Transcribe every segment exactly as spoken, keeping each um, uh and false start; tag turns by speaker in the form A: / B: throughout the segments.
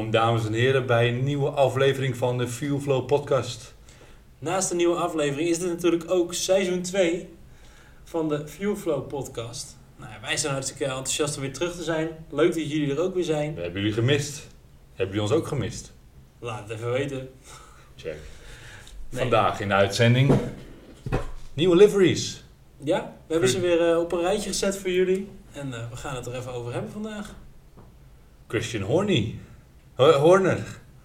A: Welkom dames en heren bij een nieuwe aflevering van de Fuelflow podcast.
B: Naast de nieuwe aflevering is dit natuurlijk ook seizoen twee van de Fuelflow podcast. Nou, ja, wij zijn hartstikke enthousiast om weer terug te zijn. Leuk dat jullie er ook weer zijn.
A: We hebben jullie gemist. Hebben jullie ons ook gemist?
B: Laat het even weten.
A: Check.
B: Nee.
A: Vandaag in de uitzending nieuwe liveries.
B: Ja, we hebben ze weer uh, op een rijtje gezet voor jullie. En uh, we gaan het er even over hebben vandaag.
A: Christian Horny. Ho- Horner.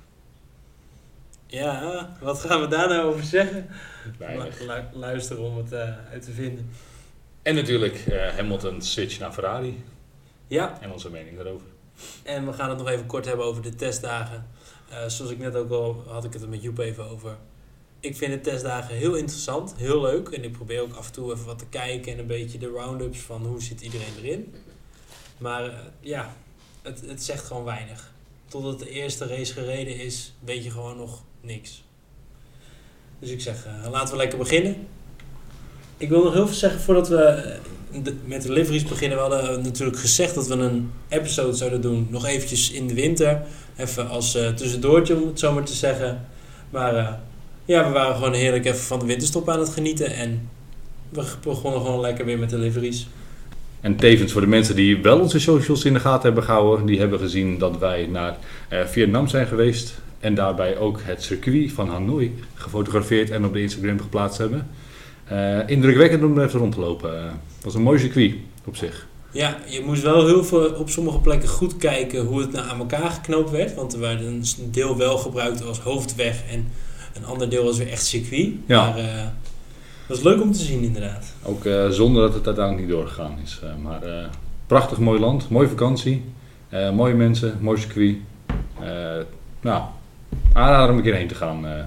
B: Ja, wat gaan we daar nou over zeggen?
A: Weinig.
B: Lu- lu- luister om het uh, uit te vinden.
A: En natuurlijk uh, Hamilton switch naar Ferrari.
B: Ja,
A: En onze mening daarover.
B: en we gaan het nog even kort hebben over de testdagen. Uh, zoals ik net ook al had ik het er met Joep even over. Ik vind de testdagen heel interessant, heel leuk. En ik probeer ook af en toe even wat te kijken en een beetje de round-ups van hoe zit iedereen erin. Maar uh, ja, het, het zegt gewoon weinig. Totdat de eerste race gereden is, weet je gewoon nog niks. Dus ik zeg, uh, laten we lekker beginnen. Ik wil nog heel veel zeggen voordat we uh, de, met de liveries beginnen. We hadden natuurlijk gezegd dat we een episode zouden doen, nog eventjes in de winter. Even als uh, tussendoortje, om het zo maar te zeggen. Maar uh, ja, we waren gewoon heerlijk even van de winterstop aan het genieten. En we begonnen gewoon lekker weer met de liveries.
A: En tevens voor de mensen die wel onze socials in de gaten hebben gehouden, die hebben gezien dat wij naar uh, Vietnam zijn geweest. En daarbij ook het circuit van Hanoi gefotografeerd en op de Instagram geplaatst hebben. Uh, indrukwekkend om er even rond te lopen. Uh, het was een mooi circuit op zich.
B: Ja, je moest wel heel veel op sommige plekken goed kijken hoe het nou aan elkaar geknoopt werd. Want er werd een deel wel gebruikt als hoofdweg en een ander deel was weer echt circuit.
A: Ja.
B: Maar uh, dat was leuk om te zien inderdaad.
A: Ook uh, zonder dat het uiteindelijk niet doorgegaan is. Uh, maar uh, prachtig mooi land, mooie vakantie, uh, mooie mensen, mooi circuit. Uh, nou, aanrader om een keer heen te gaan. Uh.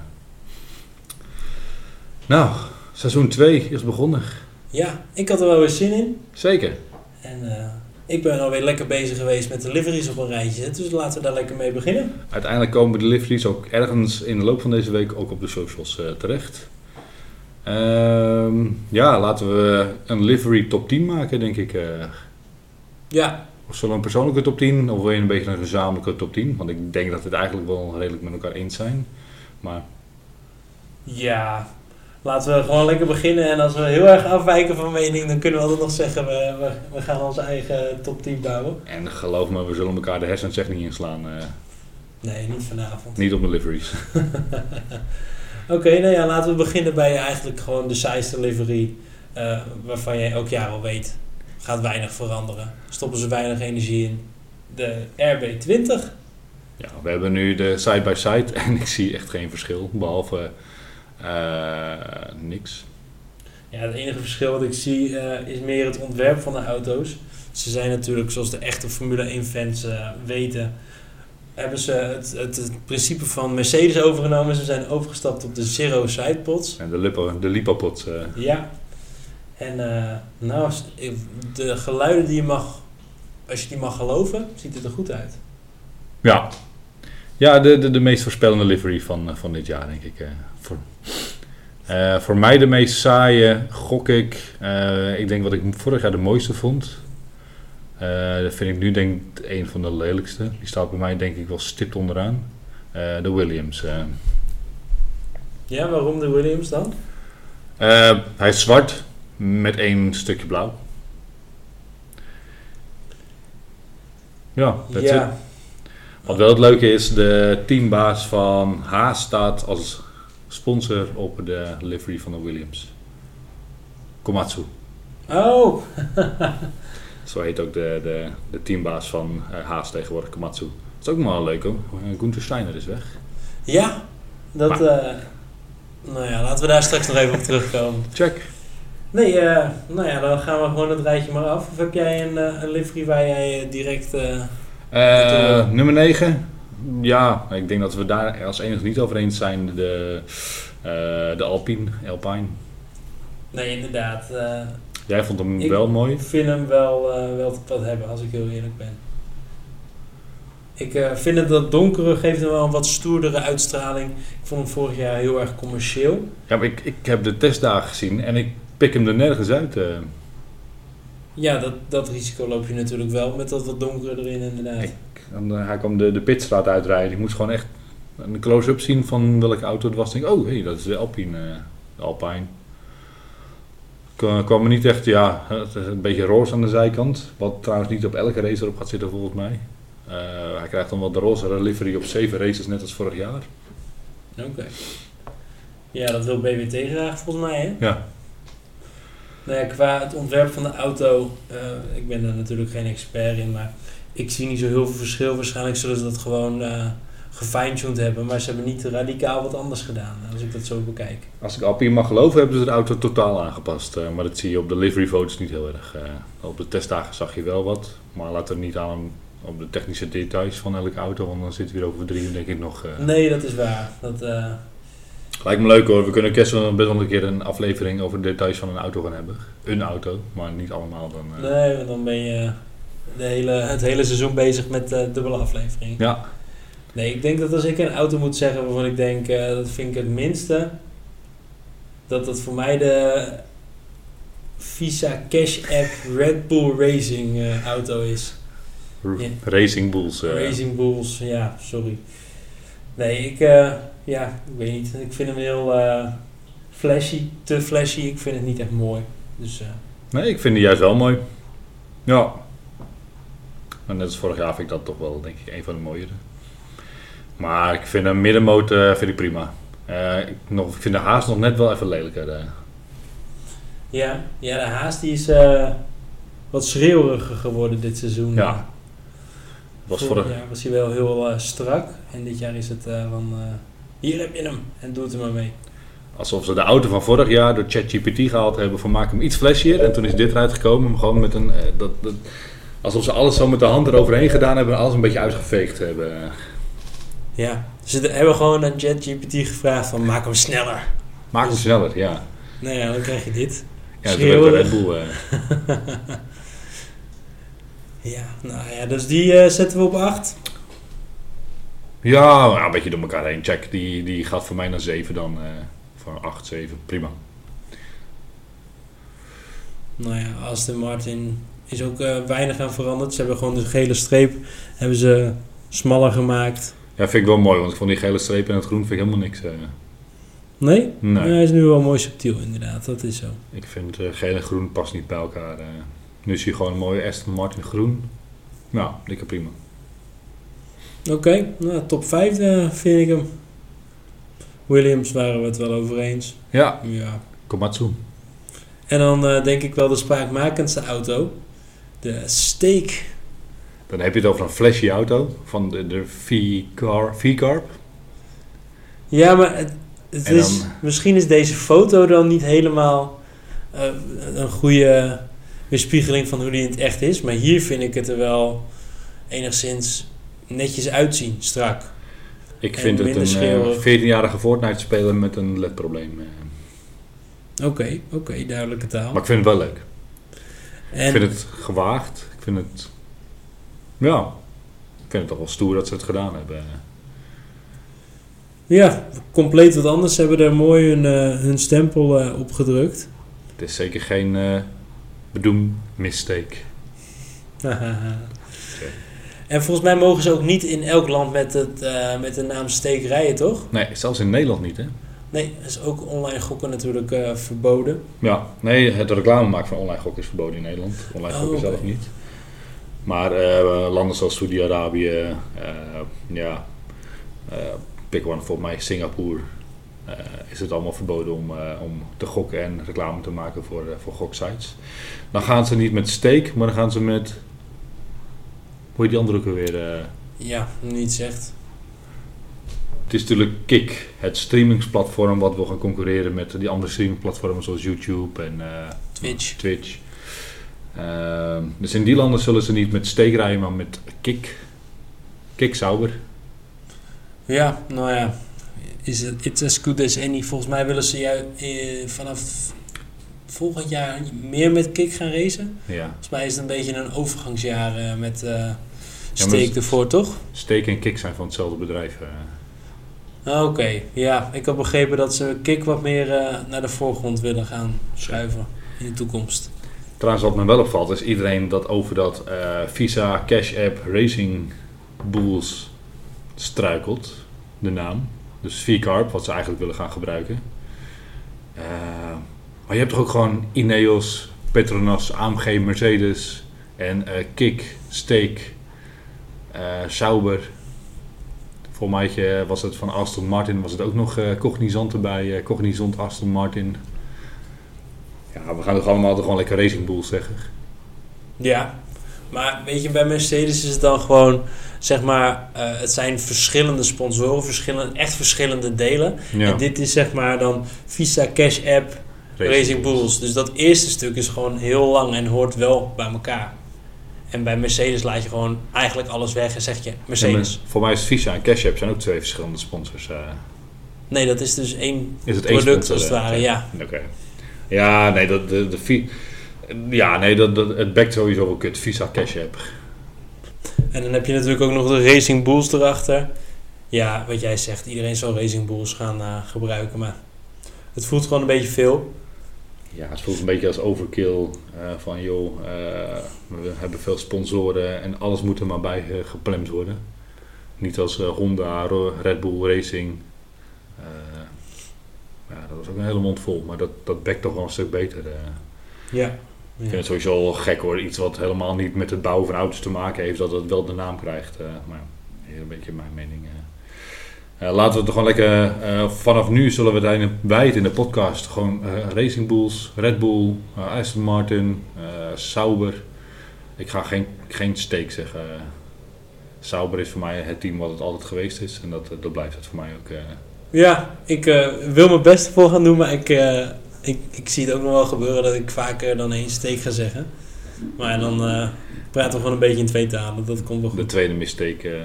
A: Nou, seizoen twee is begonnen.
B: Ja, ik had er wel weer zin in.
A: Zeker.
B: En uh, ik ben alweer lekker bezig geweest met de liveries op een rijtje. Dus laten we daar lekker mee beginnen.
A: Uiteindelijk komen de liveries ook ergens in de loop van deze week ook op de socials uh, terecht. Uh, ja, laten we een livery top tien maken, denk ik. Uh.
B: Ja.
A: Of zullen we een persoonlijke top tien of wil je een beetje een gezamenlijke top tien? Want ik denk dat we het eigenlijk wel redelijk met elkaar eens zijn. Maar...
B: Ja, laten we gewoon lekker beginnen. En als we heel erg afwijken van mening, dan kunnen we altijd nog zeggen, we, we, we gaan onze eigen top tien bouwen.
A: En geloof me, we zullen elkaar de hersens echt niet inslaan. Uh,
B: Nee, niet vanavond.
A: niet op de liveries.
B: Oké, okay, nou ja, laten we beginnen bij eigenlijk gewoon de saaiste livery. Uh, waarvan jij elk jaar al weet, gaat weinig veranderen. Stoppen ze weinig energie in. De R B twintig.
A: Ja, we hebben nu de side-by-side en ik zie echt geen verschil. Behalve uh, niks.
B: Ja, het enige verschil wat ik zie uh, is meer het ontwerp van de auto's. Ze zijn natuurlijk, zoals de echte Formule één fans uh, weten, hebben ze het, het, het principe van Mercedes overgenomen. Ze zijn overgestapt op de Zero Sidepods.
A: En de, lipo, de lipopods. Uh.
B: Ja. En uh, nou, de geluiden die je mag, als je die mag geloven, ziet het er goed uit.
A: Ja, ja de, de, de meest voorspellende livery van, uh, van dit jaar, denk ik. Uh, voor, uh, voor mij de meest saaie, gok ik. Uh, ik denk wat ik vorig jaar de mooiste vond. Uh, dat vind ik nu denk ik een van de lelijkste. Die staat bij mij denk ik wel stipt onderaan. Uh, de Williams. Uh.
B: Ja, waarom de Williams dan?
A: Uh, hij is zwart met één stukje blauw. Ja, dat
B: ja.
A: it. Wat wel het leuke is, de teambaas van Haas staat als sponsor op de livery van de Williams. Komatsu.
B: Oh!
A: Zo heet ook de, de, de teambaas van uh, Haas tegenwoordig, Komatsu. Dat is ook nog wel leuk hoor. Gunther Steiner is weg.
B: Ja, dat... Maar, uh, nou ja, laten we daar straks nog even op terugkomen.
A: Check.
B: Nee, uh, nou ja, dan gaan we gewoon het rijtje maar af. Of heb jij een, uh, een livery waar jij direct... Uh,
A: uh, nummer negen. Ja, ik denk dat we daar als enige niet over eens zijn. De, uh, de Alpine, Alpine.
B: Nee, inderdaad. Uh,
A: Jij vond hem
B: ik
A: wel mooi?
B: Ik vind hem wel, uh, wel wat hebben, als ik heel eerlijk ben. Ik uh, vind het dat donkere geeft hem wel een wat stoerdere uitstraling. Ik vond hem vorig jaar heel erg commercieel.
A: Ja, maar ik, ik heb de testdagen gezien en ik pik hem er nergens uit. Uh.
B: Ja, dat, dat risico loop je natuurlijk wel met dat wat donkerder erin inderdaad.
A: Ik, dan, uh, hij kwam de, de pitstraat uitrijden. Ik moest gewoon echt een close-up zien van welke auto het was. Ik denk, oh, hey, dat is de Alpine. Uh, de Alpine. Ik kwam me niet echt, ja, het is een beetje roze aan de zijkant. Wat trouwens niet op elke race erop gaat zitten volgens mij. Uh, hij krijgt dan wel de roze livery op zeven races, net als vorig jaar.
B: Oké. Okay. Ja, dat wil B W T graag volgens mij, hè?
A: Ja.
B: Nou ja, qua het ontwerp van de auto, uh, ik ben er natuurlijk geen expert in, maar ik zie niet zo heel veel verschil. Waarschijnlijk zullen ze dat gewoon uh, gefine-tuned hebben, maar ze hebben niet radicaal wat anders gedaan, als ik dat zo bekijk.
A: Als ik Alpine mag geloven, hebben ze de auto totaal aangepast. Uh, maar dat zie je op de livery foto's niet heel erg. Uh, op de testdagen zag je wel wat, maar laat er niet aan op de technische details van elke auto, want dan zitten we hier over drie uur denk ik nog... Uh...
B: Nee, dat is waar. Dat... Uh...
A: Lijkt me leuk hoor, we kunnen kerst best wel een keer een aflevering over de details van een auto gaan hebben. Een auto, maar niet allemaal dan... Uh...
B: Nee, want dan ben je de hele, het hele seizoen bezig met uh, dubbele aflevering.
A: Ja.
B: Nee, ik denk dat als ik een auto moet zeggen waarvan ik denk, uh, dat vind ik het minste, dat dat voor mij de Visa Cash App Red Bull Racing uh, auto is.
A: R- ja. Racing Bulls. Uh...
B: Racing Bulls, ja, sorry. Nee, ik... Uh, Ja, ik weet niet. Ik vind hem heel uh, flashy, te flashy. Ik vind het niet echt mooi. Dus, uh...
A: Nee, ik vind die juist wel mooi. Ja. En net als vorig jaar vind ik dat toch wel, denk ik, een van de mooiere. Maar ik vind een middenmotor vind ik prima. Uh, ik, nog, ik vind de Haas nog net wel even lelijker. Uh.
B: Ja, ja, de Haas die is uh, wat schreeuweriger geworden dit seizoen.
A: Ja. Was vorig
B: jaar was hij wel heel uh, strak. En dit jaar is het uh, van... Uh, hier heb je hem en doe het er maar mee.
A: Alsof ze de auto van vorig jaar door ChatGPT gehaald hebben van maak hem iets flashier. En toen is dit eruit gekomen. Gewoon met een, uh, dat, dat, alsof ze alles zo met de hand eroverheen gedaan hebben en alles een beetje uitgeveegd hebben.
B: Ja, ze hebben gewoon aan ChatGPT gevraagd van maak hem sneller.
A: Maak hem
B: dus,
A: sneller, ja.
B: Nou ja, dan krijg je dit.
A: Ja, dat is Red Bull. Uh.
B: ja, nou ja, dus die uh, zetten we op acht.
A: Ja, nou, een beetje door elkaar heen. Check, die, die gaat voor mij naar zeven dan. Uh, voor acht, zeven, prima.
B: Nou ja, Aston Martin is ook uh, weinig aan veranderd. Ze hebben gewoon de gele streep hebben ze smaller gemaakt.
A: Ja, vind ik wel mooi, want ik vond die gele streep en het groen vind ik helemaal niks. Uh.
B: Nee?
A: Nee.
B: Ja, hij is nu wel mooi subtiel inderdaad, dat is zo.
A: Ik vind uh, geel en groen past niet bij elkaar. Uh. Nu zie je gewoon een mooie Aston Martin groen. Nou, dikke prima.
B: Oké, okay, nou top vijf uh, vind ik hem. Williams waren we het wel over eens.
A: Ja,
B: ja.
A: Komatsu.
B: En dan uh, denk ik wel de spraakmakendste auto. De Steak.
A: Dan heb je het over een flashy auto van de, de V-Carb.
B: Ja, maar het, het
A: en
B: is,
A: dan,
B: misschien is deze foto dan niet helemaal uh, een goede weerspiegeling van hoe die in het echt is. Maar hier vind ik het er wel enigszins netjes uitzien, strak.
A: Ik vind het een uh, veertienjarige Fortnite-speler met een L E D-probleem.
B: Oké, oké, okay, duidelijke taal.
A: Maar ik vind het wel leuk.
B: En
A: ik vind het gewaagd. Ik vind het... Ja, ik vind het toch wel stoer dat ze het gedaan hebben.
B: Ja, compleet wat anders. Ze hebben er mooi hun, uh, hun stempel uh, op gedrukt.
A: Het is zeker geen uh, bedoem mistake.
B: En volgens mij mogen ze ook niet in elk land met, het, uh, met de naam Steak rijden, toch?
A: Nee, zelfs in Nederland niet, hè?
B: Nee, dat is ook online gokken natuurlijk uh, verboden.
A: Ja, nee, het reclame maken van online gokken is verboden in Nederland. Online gokken oh, okay. zelf niet. Maar uh, landen zoals Saudi-Arabië, uh, ja, uh, pick one volgens mij, Singapore, uh, is het allemaal verboden om, uh, om te gokken en reclame te maken voor, uh, voor goksites. Dan gaan ze niet met Steak, maar dan gaan ze met... Hoe je die andere ook weer... Uh...
B: Ja, niet zegt.
A: Het is natuurlijk Kik, het streamingsplatform wat wil gaan concurreren met die andere streamingplatformen zoals YouTube en uh,
B: Twitch.
A: Twitch. Uh, dus in die landen zullen ze niet met Steak rijden, maar met Kik. Kik Sauber.
B: Ja, nou ja. Is het it's as good as any. Volgens mij willen ze jou, eh, vanaf volgend jaar meer met Kik gaan racen.
A: Ja.
B: Volgens mij is het een beetje een overgangsjaar uh, met uh, Steak
A: ja,
B: ervoor, toch?
A: Steak en Kik zijn van hetzelfde bedrijf. Uh.
B: Oké, okay. Ja. Ik heb begrepen dat ze Kik wat meer uh, naar de voorgrond willen gaan schuiven in de toekomst.
A: Trouwens, wat me wel opvalt is iedereen dat over dat uh, Visa Cash App Racing Bulls struikelt, de naam. Dus V-Carb, wat ze eigenlijk willen gaan gebruiken. Uh, maar je hebt toch ook gewoon Ineos, Petronas, A M G, Mercedes en uh, Kik, Steak, uh, Sauber. Voor mij was het van Aston Martin, was het ook nog uh, Cognizant erbij, uh, Cognizant Aston Martin. Ja, we gaan toch allemaal toch gewoon lekker Racing Bulls zeggen.
B: Ja, maar weet je, bij Mercedes is het dan gewoon, zeg maar, uh, het zijn verschillende sponsoren, verschillende, echt verschillende delen. Ja. En dit is zeg maar dan Visa Cash App Racing, Racing Bulls. Bulls. Dus dat eerste stuk is gewoon heel lang en hoort wel bij elkaar. En bij Mercedes laat je gewoon eigenlijk alles weg en zeg je Mercedes.
A: Ja, voor mij is Visa en Cash App zijn ook twee verschillende sponsors. Uh.
B: Nee, dat is dus één
A: is het
B: product
A: één sponsor,
B: als het ware,
A: uh,
B: ja.
A: Oké. Okay. Ja, nee, dat, de, de, de, ja, nee dat, dat, het bekt sowieso wel kut. Visa Cash App.
B: En dan heb je natuurlijk ook nog de Racing Bulls erachter. Ja, wat jij zegt, iedereen zal Racing Bulls gaan uh, gebruiken, maar het voelt gewoon een beetje veel.
A: Ja, het voelt een beetje als overkill. Uh, van joh, uh, we hebben veel sponsoren en alles moet er maar bij uh, gepland worden. Niet als uh, Honda, Red Bull Racing. Uh, ja, dat was ook een hele mond vol, maar dat, dat bekt toch wel een stuk beter. Uh.
B: Ja.
A: Ik vind het sowieso wel gek hoor, iets wat helemaal niet met het bouwen van auto's te maken heeft, dat het wel de naam krijgt. Uh, maar hier een beetje mijn mening. Uh. Uh, laten we het gewoon lekker, uh, vanaf nu zullen we het wijd in de podcast gewoon uh, Racing Bulls, Red Bull, uh, Aston Martin, uh, Sauber. Ik ga geen, geen steek zeggen. Uh, Sauber is voor mij het team wat het altijd geweest is en dat, dat blijft het voor mij ook. Uh.
B: Ja, ik uh, wil mijn best voor gaan doen, maar ik, uh, ik, ik zie het ook nog wel gebeuren dat ik vaker dan één steek ga zeggen. Maar dan uh, praten we gewoon een beetje in twee talen, dat komt wel goed.
A: De tweede mistake. Uh.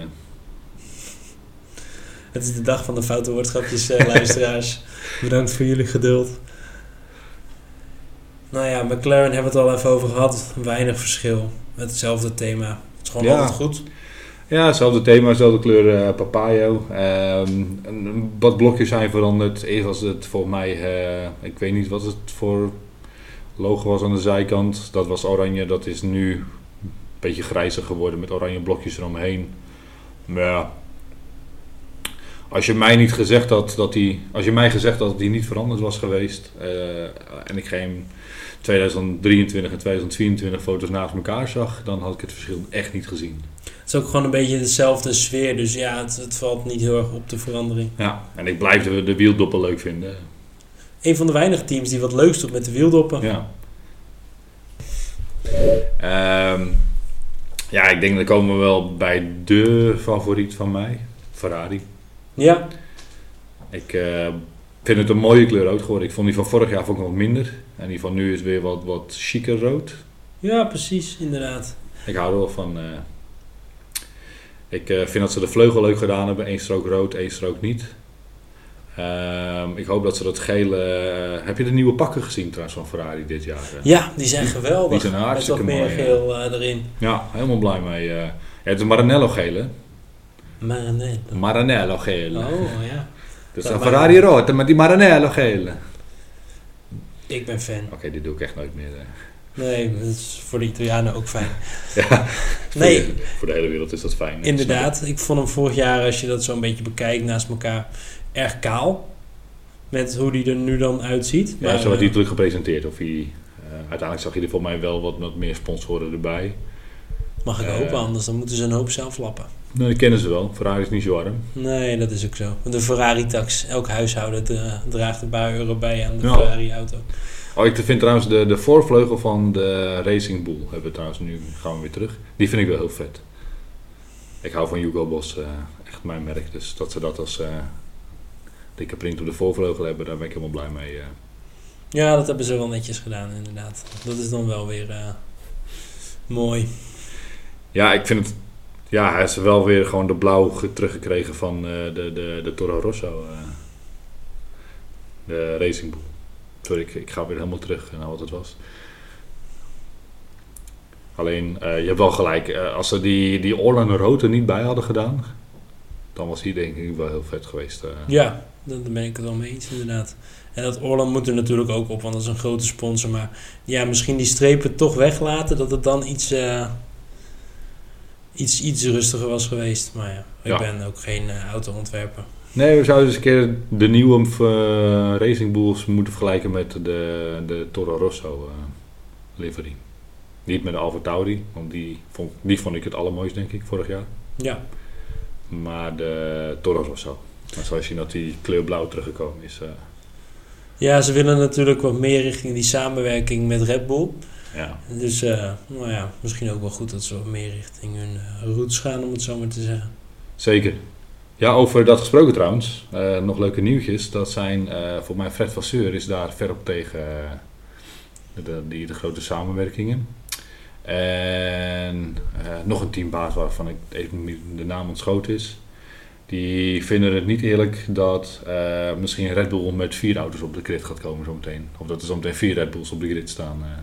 B: Het is de dag van de foute woordschapjes, uh, luisteraars. Bedankt voor jullie geduld. Nou ja, McLaren hebben we het al even over gehad. Weinig verschil. Met hetzelfde thema. Het is gewoon ja. altijd goed.
A: Ja, hetzelfde thema, hetzelfde kleur uh, Papayo. Um, wat blokjes zijn veranderd. Eerst was het voor mij, uh, ik weet niet wat het voor logo was aan de zijkant. Dat was oranje, dat is nu een beetje grijzer geworden met oranje blokjes eromheen. Maar ja, als je mij niet gezegd had dat die, als je mij gezegd had dat die niet veranderd was geweest uh, en ik geen tweeduizend drieëntwintig en tweeduizend vierentwintig foto's naast elkaar zag, dan had ik het verschil echt niet gezien.
B: Het is ook gewoon een beetje dezelfde sfeer, dus ja, het, het valt niet heel erg op de verandering.
A: Ja, en ik blijf de, de wieldoppen leuk vinden.
B: Een van de weinige teams die wat leuks doet met de wieldoppen.
A: Ja. Um, ja, ik denk dat komen we wel bij de favoriet van mij, Ferrari.
B: Ja.
A: Ik uh, vind het een mooie kleur rood geworden. Ik vond die van vorig jaar vond ik wat minder. En die van nu is weer wat, wat chiquer rood.
B: Ja, precies, inderdaad.
A: Ik hou er wel van. Uh, ik uh, vind dat ze de vleugel leuk gedaan hebben. Eén strook rood, één strook niet. Uh, ik hoop dat ze dat gele... Uh, heb je de nieuwe pakken gezien trouwens van Ferrari dit jaar? Uh?
B: Ja, die zijn geweldig.
A: Die zijn hartstikke mooi.
B: Met wat meer geel uh, erin.
A: Ja, helemaal blij mee. Uh, ja, het is Maranello gele.
B: Maranello.
A: Maranello gele.
B: Oh, ja.
A: Dus een Ferrari rood met die Maranello gele.
B: Ik ben fan.
A: Oké, okay, dit doe ik echt nooit meer. Uh.
B: Nee, dat is voor de Italianen ook fijn.
A: Ja,
B: nee.
A: Voor de, voor de hele wereld is dat fijn.
B: Inderdaad, ik vond hem vorig jaar, als je dat zo een beetje bekijkt naast elkaar, erg kaal. Met hoe die er nu dan uitziet.
A: Ja,
B: maar,
A: zo werd hij terug gepresenteerd. Of hij, uh, uiteindelijk zag je er voor mij wel wat, wat meer sponsoren erbij.
B: Mag ik uh, hopen, anders dan moeten ze een hoop zelf lappen.
A: Nou, dat kennen ze wel. Ferrari is niet zo arm.
B: Nee, dat is ook zo. De Ferrari-tax. Elk huishouden de, draagt een paar euro bij aan de
A: ja.
B: Ferrari-auto.
A: Oh, ik vind trouwens de, de voorvleugel van de Racing Bull, hebben we trouwens nu, gaan we weer terug. Die vind ik wel heel vet. Ik hou van Hugo Boss, uh, echt mijn merk. Dus dat ze dat als uh, dikke print op de voorvleugel hebben, daar ben ik helemaal blij mee. Uh.
B: Ja, dat hebben ze wel netjes gedaan, inderdaad. Dat is dan wel weer uh, mooi.
A: Ja, ik vind het... Ja, hij is wel weer gewoon de blauw teruggekregen van uh, de, de, de Toro Rosso. Uh, de Racing Bull. Sorry, ik, ik ga weer helemaal terug naar wat het was. Alleen, uh, je hebt wel gelijk. Uh, als ze die, die Orlan Rood er niet bij hadden gedaan, dan was hij denk ik wel heel vet geweest. Uh.
B: Ja, daar ben ik het wel mee eens inderdaad. En dat Orlan moet er natuurlijk ook op, want dat is een grote sponsor. Maar ja, misschien die strepen toch weglaten, dat het dan iets, uh, iets, iets rustiger was geweest. Maar ja, ik ja. ben ook geen uh, auto-ontwerper.
A: Nee, we zouden eens een keer de nieuwe uh, Racing Bulls moeten vergelijken met de, de Toro Rosso uh, livery. Niet met de Alfa Tauri, want die vond, die vond ik het allermooist denk ik vorig jaar.
B: Ja.
A: Maar de Toro Rosso. Maar zoals je ziet dat die kleur blauw teruggekomen is. Uh.
B: Ja, ze willen natuurlijk wat meer richting die samenwerking met Red Bull.
A: Ja.
B: Dus uh, nou ja, misschien ook wel goed dat ze wat meer richting hun uh, roots gaan, om het zo maar te zeggen.
A: Zeker. Ja, over dat gesproken trouwens. Uh, nog leuke nieuwtjes. Dat zijn, uh, voor mij Fred Vasseur is daar ver op tegen uh, de, die, de grote samenwerkingen. En uh, nog een teambaas waarvan ik even de naam ontschoten is. Die vinden het niet eerlijk dat uh, misschien Red Bull met vier auto's op de grid gaat komen zometeen. Of dat er zometeen vier Red Bulls op de grid staan. Uh.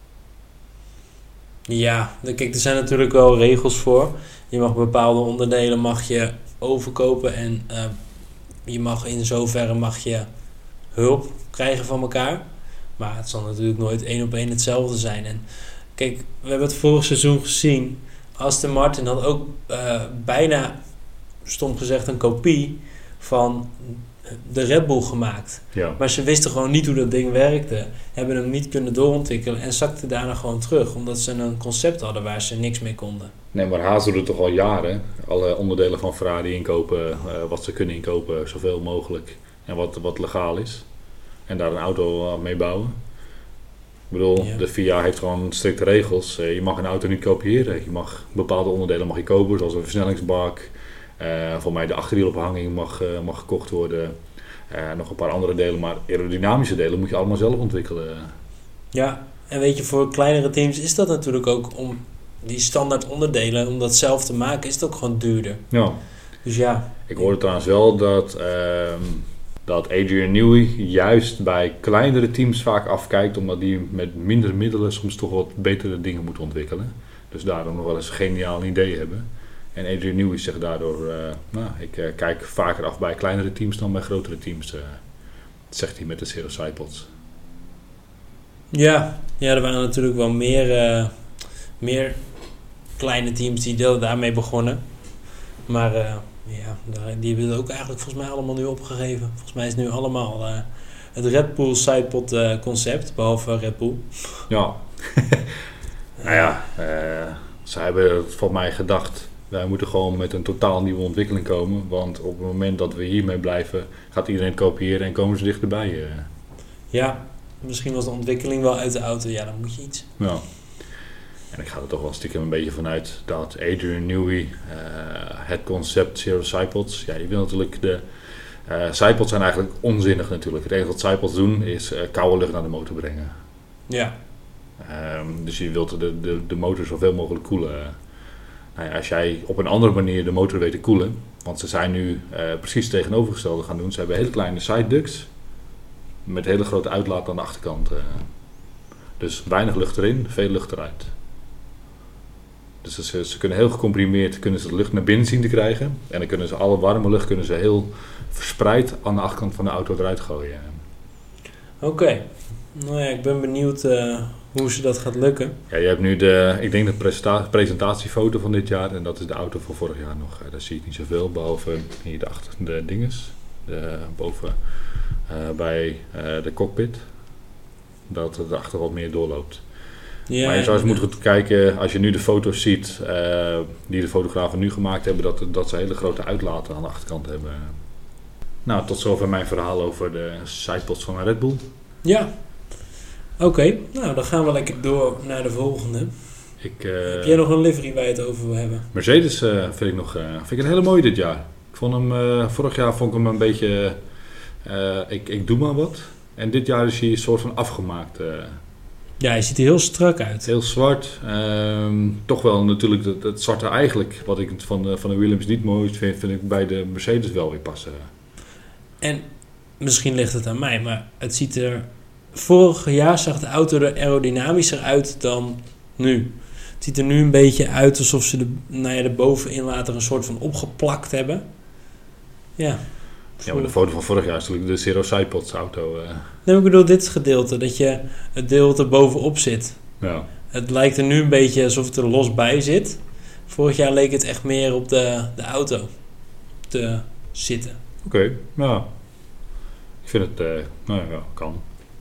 B: Ja, kijk, er zijn natuurlijk wel regels voor. Je mag bepaalde onderdelen mag je overkopen en uh, je mag in zoverre mag je hulp krijgen van elkaar. Maar het zal natuurlijk nooit één op één hetzelfde zijn. En kijk, we hebben het vorig seizoen gezien. Aston Martin had ook uh, bijna, stom gezegd, een kopie van de Red Bull gemaakt.
A: Ja.
B: Maar ze wisten gewoon niet hoe dat ding werkte. Hebben hem niet kunnen doorontwikkelen en zakten daarna gewoon terug. Omdat ze een concept hadden waar ze niks mee konden.
A: Nee, maar Haas doet het toch al jaren. Alle onderdelen van Ferrari inkopen, uh, wat ze kunnen inkopen, zoveel mogelijk. En wat, wat legaal is. En daar een auto mee bouwen. Ik bedoel, ja. De V I A heeft gewoon strikte regels. Uh, je mag een auto niet kopiëren. Je mag bepaalde onderdelen mag je kopen, zoals een versnellingsbak. Uh, voor mij de achterwielophanging mag, uh, mag gekocht worden. Uh, nog een paar andere delen, maar aerodynamische delen moet je allemaal zelf ontwikkelen.
B: Ja, en weet je, voor kleinere teams is dat natuurlijk ook om die standaard onderdelen, om dat zelf te maken, is het ook gewoon duurder.
A: Ja.
B: Dus ja.
A: Ik hoorde trouwens wel dat, uh, dat Adrian Newey juist bij kleinere teams vaak afkijkt, omdat die met minder middelen soms toch wat betere dingen moeten ontwikkelen. Dus daarom nog wel eens een geniaal idee hebben. En Adrian Newey zegt daardoor, uh, nou, ik uh, kijk vaker af bij kleinere teams dan bij grotere teams. Uh, dat zegt hij met de Zero Sidepods.
B: Ja, ja, er waren natuurlijk wel meer, uh, meer kleine teams die daarmee begonnen. Maar uh, ja, die hebben het ook eigenlijk volgens mij allemaal nu opgegeven. Volgens mij is het nu allemaal uh, het Red Bull Sidepod uh, concept, behalve Red Bull.
A: Ja, nou ja, uh, ze hebben volgens mij gedacht, wij moeten gewoon met een totaal nieuwe ontwikkeling komen. Want op het moment dat we hiermee blijven, gaat iedereen kopiëren en komen ze dichterbij. Uh.
B: Ja, misschien was de ontwikkeling wel uit de auto. Ja, dan moet je iets.
A: Ja. En ik ga er toch wel stiekem een beetje vanuit dat Adrian Newey, uh, het concept Zero Sidepods, ja, je wil natuurlijk de uh, sidepods zijn eigenlijk onzinnig natuurlijk. Het enige wat sidepods doen is uh, koude lucht naar de motor brengen.
B: Ja.
A: Um, dus je wilt de, de, de motor zoveel mogelijk koelen. Nou ja, als jij op een andere manier de motor weet te koelen, want ze zijn nu uh, precies het tegenovergestelde gaan doen. Ze hebben hele kleine side ducts met hele grote uitlaat aan de achterkant. Uh. Dus weinig lucht erin, veel lucht eruit. Dus ze, ze kunnen heel gecomprimeerd kunnen ze de lucht naar binnen zien te krijgen. En dan kunnen ze alle warme lucht kunnen ze heel verspreid aan de achterkant van de auto eruit gooien.
B: Oké. Okay. Nou ja, ik ben benieuwd uh, hoe ze dat gaat lukken.
A: Ja, je hebt nu de, ik denk de presenta- presentatiefoto van dit jaar. En dat is de auto van vorig jaar nog. Uh, daar zie ik niet zoveel, behalve hier de, achter, de dinges. De, boven uh, bij uh, de cockpit. Dat het erachter wat meer doorloopt. Ja, maar je zou eens moeten kijken, als je nu de foto's ziet uh, die de fotografen nu gemaakt hebben, dat, dat ze hele grote uitlaten aan de achterkant hebben. Nou, tot zover mijn verhaal over de sidepods van Red Bull.
B: Ja, oké. Okay. Nou, dan gaan we lekker door naar de volgende.
A: Ik, uh,
B: Heb jij nog een livery waar je het over wil hebben?
A: Mercedes uh, vind ik nog uh, vind ik een hele mooie dit jaar. Ik vond hem, uh, vorig jaar vond ik hem een beetje, uh, ik, ik doe maar wat. En dit jaar is hij een soort van afgemaakt. Uh,
B: Ja, hij ziet er heel strak uit.
A: Heel zwart. Um, toch wel natuurlijk het, het zwarte eigenlijk, wat ik van de, van de Williams niet mooi vind, vind ik bij de Mercedes wel weer passen.
B: En misschien ligt het aan mij, maar het ziet er... Vorig jaar zag de auto er aerodynamischer uit dan nu. Het ziet er nu een beetje uit alsof ze de, nou ja, de bovenin later een soort van opgeplakt hebben. Ja.
A: Ja, maar de foto van vorig jaar is natuurlijk de Zero Sidepods auto. Uh.
B: Nee, maar ik bedoel dit gedeelte. Dat je het deel wat er bovenop zit.
A: Ja.
B: Het lijkt er nu een beetje alsof het er los bij zit. Vorig jaar leek het echt meer op de, de auto te zitten.
A: Oké, okay, nou. Ik vind het, uh, nou ja, kan.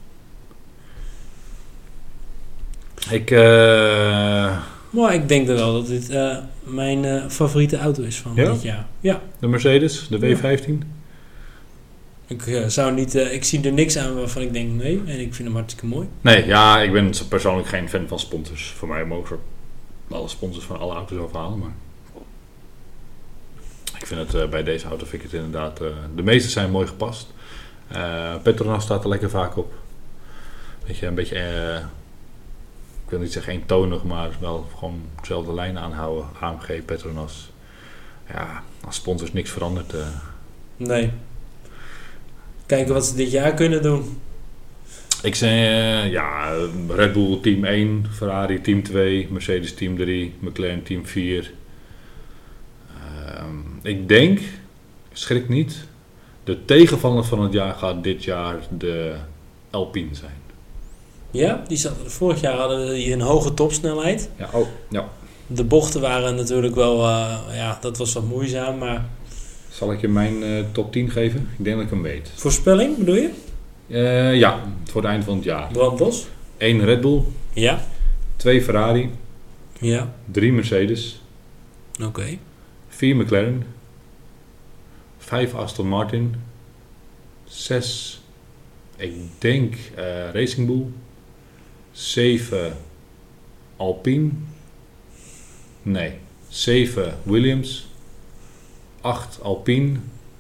A: Ik, uh...
B: Maar ik denk wel dat dit uh, mijn uh, favoriete auto is van ja? dit jaar. Ja.
A: De Mercedes, de W vijftien?
B: Ja. Ik uh, zou niet, uh, ik zie er niks aan waarvan ik denk nee. En ik vind hem hartstikke mooi.
A: Nee, ja, ik ben persoonlijk geen fan van sponsors. Voor mij mogen er alle sponsors van alle auto's overhalen, maar... Ik vind het uh, bij deze auto vind ik het inderdaad... Uh, de meeste zijn mooi gepast. Uh, Petronas staat er lekker vaak op. Weet je, een beetje... Uh, ik wil niet zeggen eentonig, maar wel gewoon dezelfde lijn aanhouden. A M G, Petronas. Ja, als sponsors niks verandert. Uh.
B: Nee. Kijken wat ze dit jaar kunnen doen.
A: Ik zei, uh, ja, Red Bull team één, Ferrari team twee, Mercedes team drie, McLaren team vier. Uh, ik denk, schrik niet, de tegenvaller van het jaar gaat dit jaar de Alpine zijn.
B: Ja, die zat, vorig jaar hadden die een hoge topsnelheid.
A: Ja, oh, ja.
B: De bochten waren natuurlijk wel, uh, ja, dat was wat moeizaam, maar...
A: Zal ik je mijn uh, top tien geven? Ik denk dat ik hem weet.
B: Voorspelling, bedoel je?
A: Uh, ja, voor het eind van het jaar.
B: Brandlos?
A: één Red Bull.
B: Ja.
A: twee Ferrari.
B: Ja.
A: drie Mercedes.
B: Oké. Okay.
A: vier McLaren. vijf Aston Martin. zes, ik denk uh, Racing Bull. zeven Alpine. Nee, zeven Williams. acht Alpine.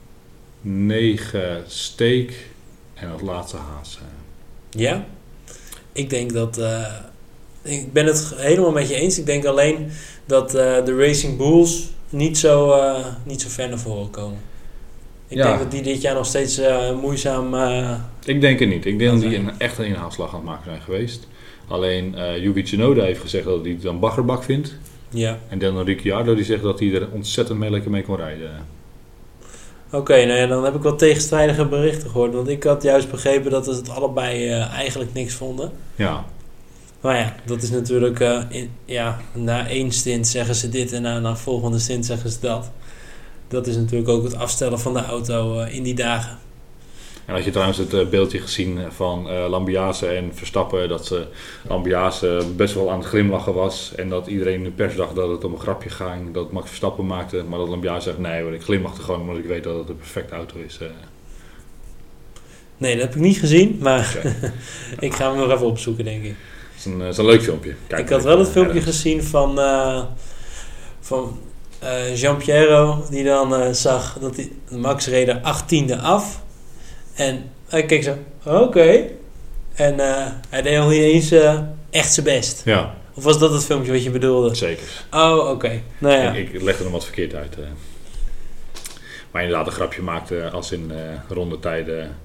A: negen Steak. En als laatste Haas.
B: Ja, ik denk dat... Uh, ik ben het helemaal met je eens. Ik denk alleen dat uh, de Racing Bulls niet zo, uh, niet zo ver naar voren komen. Ik ja. denk dat die dit jaar nog steeds uh, moeizaam... Uh,
A: ik denk het niet. Ik denk dat die een, echt een inhaalslag aan het maken zijn geweest. Alleen uh, Yuki Tsunoda heeft gezegd dat hij het een baggerbak vindt.
B: Ja.
A: En Daniel Ricciardo die zegt dat hij er ontzettend mee lekker mee kon rijden.
B: Oké, okay, nou ja, dan heb ik wat tegenstrijdige berichten gehoord. Want ik had juist begrepen dat ze het allebei uh, eigenlijk niks vonden.
A: Ja.
B: Maar ja, dat is natuurlijk... Uh, in, ja, na één stint zeggen ze dit en na een volgende stint zeggen ze dat. Dat is natuurlijk ook het afstellen van de auto uh, in die dagen.
A: En had je trouwens het uh, beeldje gezien van uh, Lambiase en Verstappen... dat ze Lambiase best wel aan het glimlachen was... en dat iedereen in de pers dacht dat het om een grapje ging... dat Max Verstappen maakte, maar dat Lambiase zegt... nee hoor, ik glimlachte gewoon omdat ik weet dat het een perfecte auto is. Uh.
B: Nee, dat heb ik niet gezien, maar okay. Ik ga hem nog even opzoeken, denk ik.
A: Het is een, het is een leuk filmpje. Kijk,
B: ik had wel het filmpje ergens. gezien van... Uh, van uh, Jean-Pierre, die dan uh, zag dat die, Max reed er achttiende af... En hij keek zo, oké. Okay. En uh, hij deed nog niet eens uh, echt zijn best.
A: Ja.
B: Of was dat het filmpje wat je bedoelde?
A: Zeker.
B: Oh, oké. Okay. Nou ja.
A: Ik, ik legde hem wat verkeerd uit. Uh. Maar inderdaad, een grapje maakte als in uh, rondetijden.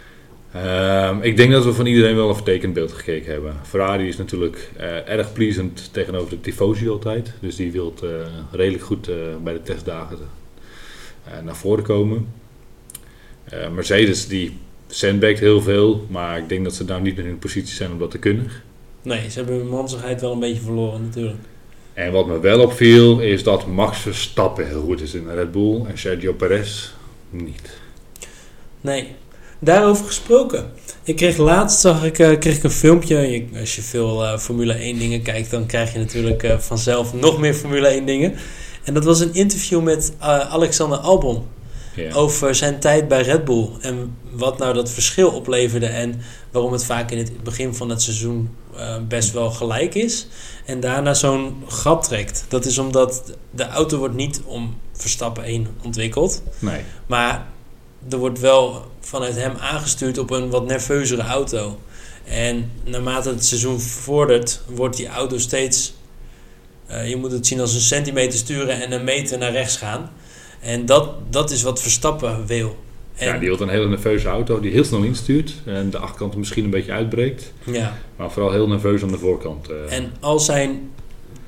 A: Uh, ik denk dat we van iedereen wel een vertekend beeld gekeken hebben. Ferrari is natuurlijk uh, erg pleasend tegenover de tifosi altijd. Dus die wil uh, redelijk goed uh, bij de testdagen uh, naar voren komen. Uh, Mercedes die sandbagt heel veel, maar ik denk dat ze nou niet meer in de positie zijn om dat te kunnen.
B: Nee, ze hebben hun mansigheid wel een beetje verloren natuurlijk.
A: En wat me wel opviel is dat Max Verstappen heel goed is in Red Bull en Sergio Perez niet.
B: Nee, daarover gesproken. Ik kreeg laatst zag ik, uh, kreeg ik een filmpje. Als je veel uh, Formule één dingen kijkt, dan krijg je natuurlijk uh, vanzelf nog meer Formule één dingen. En dat was een interview met uh, Alexander Albon. Yeah. Over zijn tijd bij Red Bull en wat nou dat verschil opleverde en waarom het vaak in het begin van het seizoen uh, best wel gelijk is en daarna zo'n gat trekt. Dat is omdat de auto wordt niet om Verstappen één ontwikkeld,
A: nee.
B: Maar er wordt wel vanuit hem aangestuurd op een wat nerveuzere auto. En naarmate het seizoen vordert, wordt die auto steeds... Uh, je moet het zien als een centimeter sturen en een meter naar rechts gaan. En dat, dat is wat Verstappen wil. En
A: ja, die had een hele nerveuze auto die heel snel instuurt. En de achterkant misschien een beetje uitbreekt.
B: Ja.
A: Maar vooral heel nerveus aan de voorkant. Uh.
B: En al zijn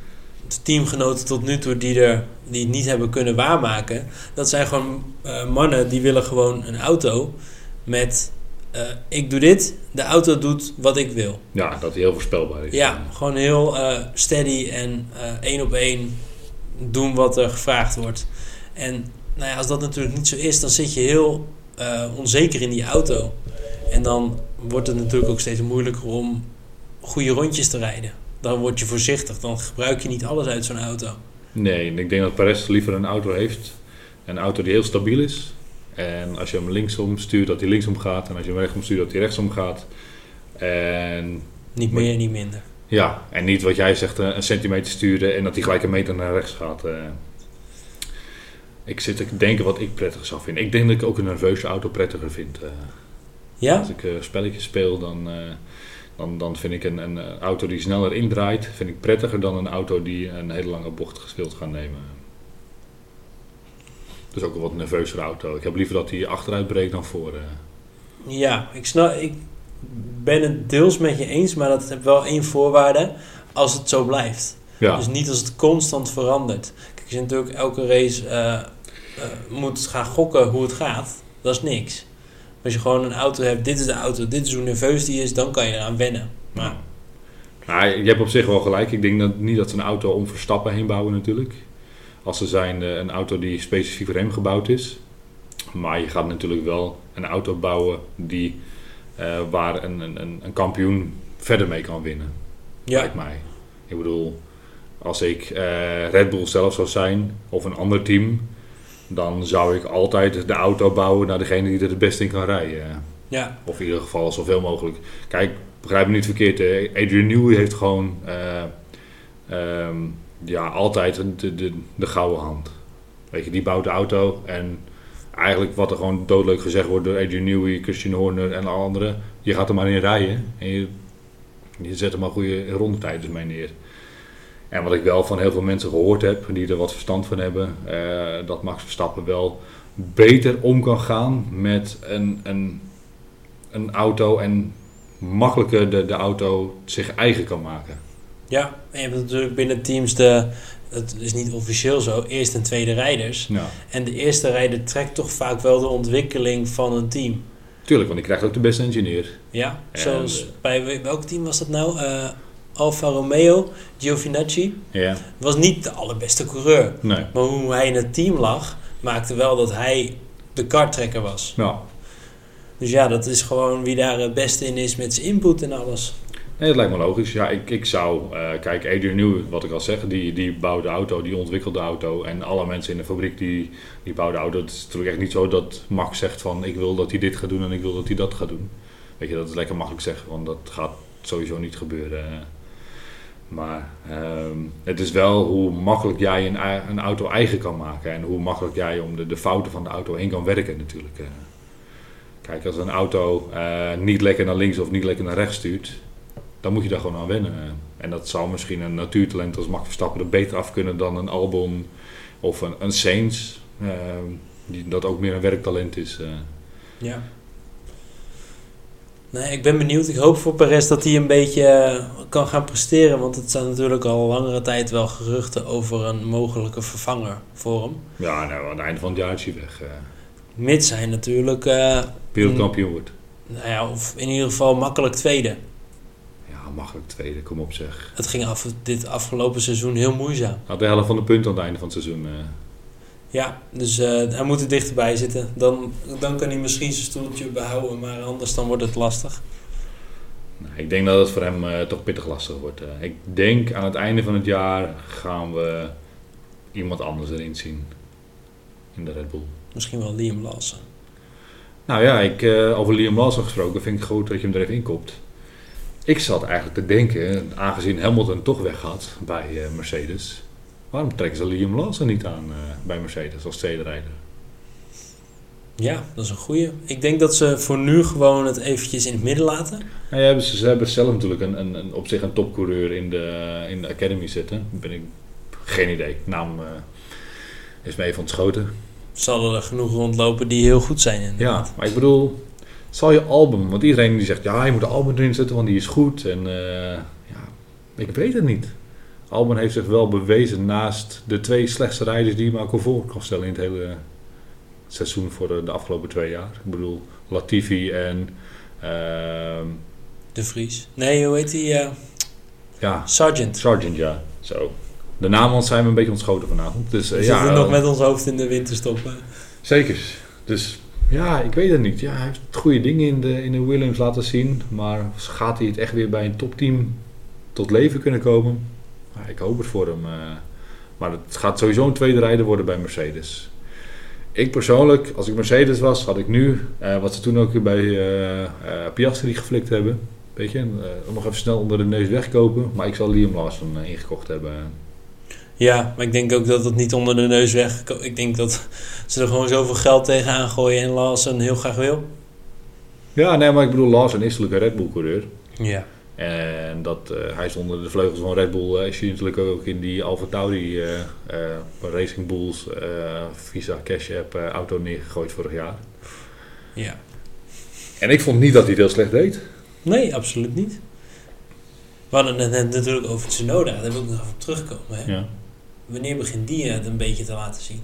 B: de teamgenoten tot nu toe die, er, die het niet hebben kunnen waarmaken, dat zijn gewoon uh, mannen die willen gewoon een auto met uh, ik doe dit, de auto doet wat ik wil.
A: Ja, dat hij heel voorspelbaar is.
B: Ja, gewoon heel uh, steady en uh, één op één doen wat er gevraagd wordt. En nou ja, als dat natuurlijk niet zo is, dan zit je heel uh, onzeker in die auto. En dan wordt het natuurlijk ook steeds moeilijker om goede rondjes te rijden. Dan word je voorzichtig. Dan gebruik je niet alles uit zo'n auto.
A: Nee, en ik denk dat Perez liever een auto heeft. Een auto die heel stabiel is. En als je hem linksom stuurt, dat hij linksom gaat. En als je hem rechtsom stuurt, dat hij rechtsom gaat. En
B: niet meer en niet minder.
A: Ja, en niet wat jij zegt, een centimeter sturen en dat hij gelijk een meter naar rechts gaat. Ik zit te denken wat ik prettig zou vinden. Ik denk dat ik ook een nerveuze auto prettiger vind.
B: Ja?
A: Als ik uh, spelletjes speel, dan, uh, dan, dan vind ik een, een auto die sneller indraait, vind ik prettiger dan een auto die een hele lange bocht wilt gaan nemen. Dus ook een wat nerveuzere auto. Ik heb liever dat hij achteruit breekt dan voor. Uh.
B: Ja, ik, snap, ik ben het deels met je eens, maar dat heeft wel één voorwaarde. Als het zo blijft.
A: Ja.
B: Dus niet als het constant verandert. Kijk, als je natuurlijk elke race uh, uh, moet gaan gokken hoe het gaat, dat is niks. Als je gewoon een auto hebt, dit is de auto, dit is hoe nerveus die is, dan kan je eraan wennen. Maar...
A: Nou, je hebt op zich wel gelijk. Ik denk dat, niet dat ze een auto om Verstappen heen bouwen natuurlijk. Als ze zijn uh, een auto die specifiek voor hem gebouwd is. Maar je gaat natuurlijk wel een auto bouwen die, uh, waar een, een, een kampioen verder mee kan winnen.
B: Ja.
A: Lijkt mij. Ik bedoel, als ik uh, Red Bull zelf zou zijn of een ander team, dan zou ik altijd de auto bouwen naar degene die er het beste in kan rijden.
B: Ja.
A: Of in ieder geval zoveel mogelijk. Kijk, begrijp me niet verkeerd. Hè. Adrian Newey heeft gewoon uh, um, ja, altijd de, de, de gouden hand. Weet je, die bouwt de auto en eigenlijk wat er gewoon doodleuk gezegd wordt door Adrian Newey, Christian Horner en alle anderen. Je gaat er maar in rijden en je, je zet er maar goede rondetijden mee neer. En wat ik wel van heel veel mensen gehoord heb, die er wat verstand van hebben, uh, dat Max Verstappen wel beter om kan gaan met een, een, een auto en makkelijker de, de auto zich eigen kan maken.
B: Ja, en je hebt natuurlijk binnen teams de, het is niet officieel zo, eerste en tweede rijders.
A: Ja. En
B: de eerste rijder trekt toch vaak wel de ontwikkeling van een team.
A: Tuurlijk, want die krijgt ook de beste engineer.
B: Ja,
A: en
B: zoals de... bij welk team was dat nou? Uh, Alfa Romeo, Giovinazzi.
A: Ja.
B: Was niet de allerbeste coureur.
A: Nee.
B: Maar hoe hij in het team lag, maakte wel dat hij de karttrekker was.
A: Ja.
B: Dus ja, dat is gewoon wie daar het beste in is met zijn input en alles.
A: Nee, dat lijkt me logisch. Ja, ik, ik zou... Uh, kijk, Adrian Newey, wat ik al zeg, die, die bouwde de auto, die ontwikkelde de auto. En alle mensen in de fabriek die, die bouwden de auto. Het is natuurlijk echt niet zo dat Max zegt van, ik wil dat hij dit gaat doen en ik wil dat hij dat gaat doen. Weet je, dat is lekker makkelijk zeggen, want dat gaat sowieso niet gebeuren. Maar um, het is wel hoe makkelijk jij een, een auto eigen kan maken. En hoe makkelijk jij om de, de fouten van de auto heen kan werken natuurlijk. Uh, kijk, als een auto uh, niet lekker naar links of niet lekker naar rechts stuurt, dan moet je daar gewoon aan wennen. En dat zou misschien een natuurtalent als Max Verstappen er beter af kunnen dan een Albon of een, een Sainz. Uh, die, dat ook meer een werktalent is. Uh.
B: Ja. Nee, ik ben benieuwd. Ik hoop voor Perez dat hij een beetje uh, kan gaan presteren. Want het zijn natuurlijk al langere tijd wel geruchten over een mogelijke vervanger voor hem.
A: Ja, nou, aan het einde van het jaar is hij weg. Uh.
B: Mits hij natuurlijk... Uh,
A: wereldkampioen wordt.
B: Nou ja, of in ieder geval makkelijk tweede.
A: Ja, makkelijk tweede. Kom op zeg.
B: Het ging af, dit afgelopen seizoen heel moeizaam.
A: Had de helft van de punten aan het einde van het seizoen. Uh.
B: Ja, dus uh, hij moet er dichterbij zitten. Dan, dan kan hij misschien zijn stoeltje behouden, maar anders dan wordt het lastig.
A: Nou, ik denk dat het voor hem uh, toch pittig lastig wordt. Uh, ik denk aan het einde van het jaar gaan we iemand anders erin zien in de Red Bull.
B: Misschien wel Liam Lawson.
A: Nou ja, ik, uh, over Liam Lawson gesproken vind ik het goed dat je hem er even inkopt. Ik zat eigenlijk te denken, aangezien Hamilton toch weg had bij uh, Mercedes, waarom trekken ze Liam Lawson niet aan uh, bij Mercedes als tweede rijder?
B: Ja, dat is een goeie. Ik denk dat ze voor nu gewoon het eventjes in het midden laten.
A: Nou ja, ze, ze hebben zelf natuurlijk een, een, een, op zich een topcoureur in de, in de Academy zitten. Ben ik geen idee. Naam uh, is me even ontschoten.
B: Zal er genoeg rondlopen die heel goed zijn inderdaad.
A: Ja, maar ik bedoel, zal je Albon, want iedereen die zegt ja, je moet de Albon erin zetten, want die is goed. En uh, ja, ik weet het niet. Albon heeft zich wel bewezen naast de twee slechtste rijders die je maar kon voor kan stellen in het hele seizoen voor de, de afgelopen twee jaar. Ik bedoel, Latifi en... Uh,
B: De Vries. Nee, hoe heet die? Uh,
A: ja,
B: Sargent.
A: Sargent, ja. Zo. De namen zijn we een beetje ontschoten vanavond. Dus, uh,
B: We
A: ja,
B: zitten nog
A: uh,
B: met ons hoofd in de winterstop. Uh.
A: Zeker. Dus ja, ik weet het niet. Ja, hij heeft goede dingen in de, in de Williams laten zien. Maar gaat hij het echt weer bij een topteam tot leven kunnen komen? Ja, ik hoop het voor hem. Uh, maar het gaat sowieso een tweede rijder worden bij Mercedes. Ik persoonlijk, als ik Mercedes was, had ik nu, uh, wat ze toen ook bij uh, uh, Piastri geflikt hebben, weet je, uh, nog even snel onder de neus wegkopen. Maar ik zal Liam Lawson uh, ingekocht hebben.
B: Ja, maar ik denk ook dat het niet onder de neus weg. Ik denk dat ze er gewoon zoveel geld tegenaan gooien en Lawson heel graag wil.
A: Ja, nee, maar ik bedoel, Lawson is natuurlijk een Red Bull coureur.
B: Ja.
A: En dat, uh, hij is onder de vleugels van Red Bull. Uh, is hij natuurlijk ook in die AlphaTauri uh, uh, Racing Bulls uh, Visa Cash App uh, auto neergegooid vorig jaar.
B: Ja.
A: En ik vond niet dat hij het heel slecht deed.
B: Nee, absoluut niet. We hadden het net natuurlijk over Tsunoda. Daar wil ik nog even op terugkomen. Hè?
A: Ja.
B: Wanneer begint die het een beetje te laten zien?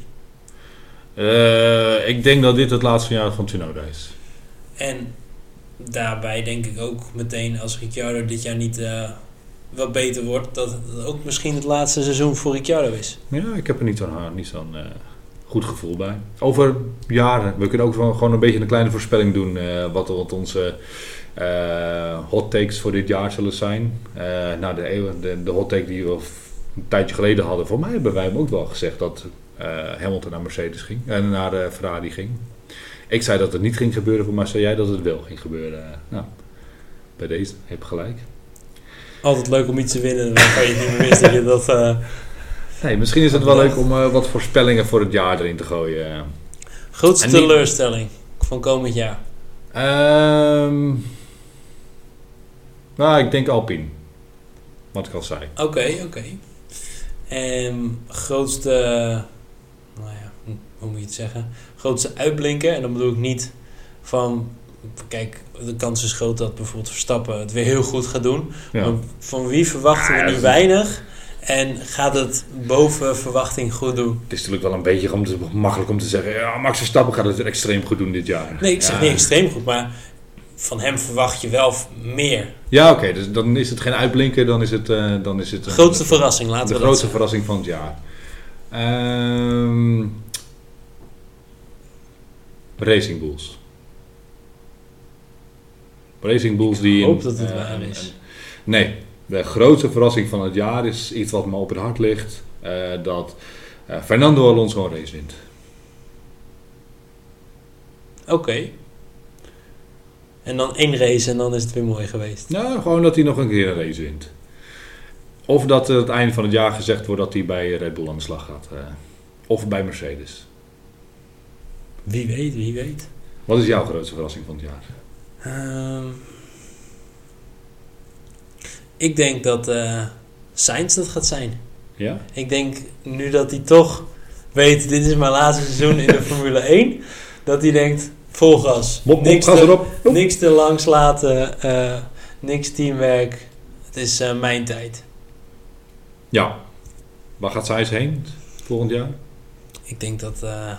A: Uh, ik denk dat dit het laatste jaar van Tsunoda is.
B: En daarbij denk ik ook meteen, als Ricciardo dit jaar niet uh, wat beter wordt, dat het ook misschien het laatste seizoen voor Ricciardo is.
A: Ja, ik heb er niet zo'n, niet zo'n uh, goed gevoel bij. Over jaren. We kunnen ook gewoon een beetje een kleine voorspelling doen uh, wat, wat onze uh, hot takes voor dit jaar zullen zijn. Uh, nou, de, de, de hot take die we een tijdje geleden hadden, voor mij hebben wij hem ook wel gezegd dat uh, Hamilton naar Mercedes ging en uh, naar uh, Ferrari ging. Ik zei dat het niet ging gebeuren, voor mij zei jij dat het wel ging gebeuren. Nou, bij deze heb je gelijk.
B: Altijd leuk om iets te winnen, waarvan je niet meer wist dat je dat... Uh,
A: nee, misschien is het wel leuk om uh, wat voorspellingen voor het jaar erin te gooien.
B: Grootste
A: niet...
B: teleurstelling van komend jaar?
A: Um, nou, ik denk Alpine. Wat ik al zei.
B: Oké, okay, oké. Okay. En grootste... Nou ja, hoe moet je het zeggen? Grootste uitblinker. En dan bedoel ik niet van... Kijk, de kans is groot dat bijvoorbeeld Verstappen het weer heel goed gaat doen. Ja. Maar van wie verwachten we nu weinig? En gaat het boven verwachting goed doen?
A: Het is natuurlijk wel een beetje om te, makkelijk om te zeggen... Ja, Max Verstappen gaat het extreem goed doen dit jaar.
B: Nee, ik zeg
A: ja.
B: niet extreem goed, maar van hem verwacht je wel meer.
A: Ja, oké. Okay, dus dan is het geen uitblinker, dan is het... Uh, dan is het
B: de grootste uh, verrassing, laten
A: de
B: we
A: De grootste
B: dat
A: verrassing van het jaar. Um, Racing Bulls. Racing Bulls die...
B: Ik hoop
A: in,
B: dat het
A: uh,
B: waar is.
A: Nee, de grootste verrassing van het jaar is iets wat me op het hart ligt. Uh, dat uh, Fernando Alonso een race wint.
B: Oké. Okay. En dan één race en dan is het weer mooi geweest.
A: Nou, gewoon dat hij nog een keer een race wint. Of dat het einde van het jaar gezegd wordt dat hij bij Red Bull aan de slag gaat. Uh, of bij Mercedes.
B: Wie weet, wie weet.
A: Wat is jouw grootste verrassing van het jaar?
B: Um, ik denk dat uh, Sainz dat gaat zijn.
A: Ja?
B: Ik denk nu dat hij toch weet, dit is mijn laatste seizoen in de Formule één. Dat hij denkt, vol gas.
A: Mop, mop,
B: niks,
A: gas
B: te,
A: erop.
B: niks te langs laten. Uh, niks teamwerk. Het is uh, mijn tijd.
A: Ja. Waar gaat Sainz heen volgend jaar?
B: Ik denk dat... Uh,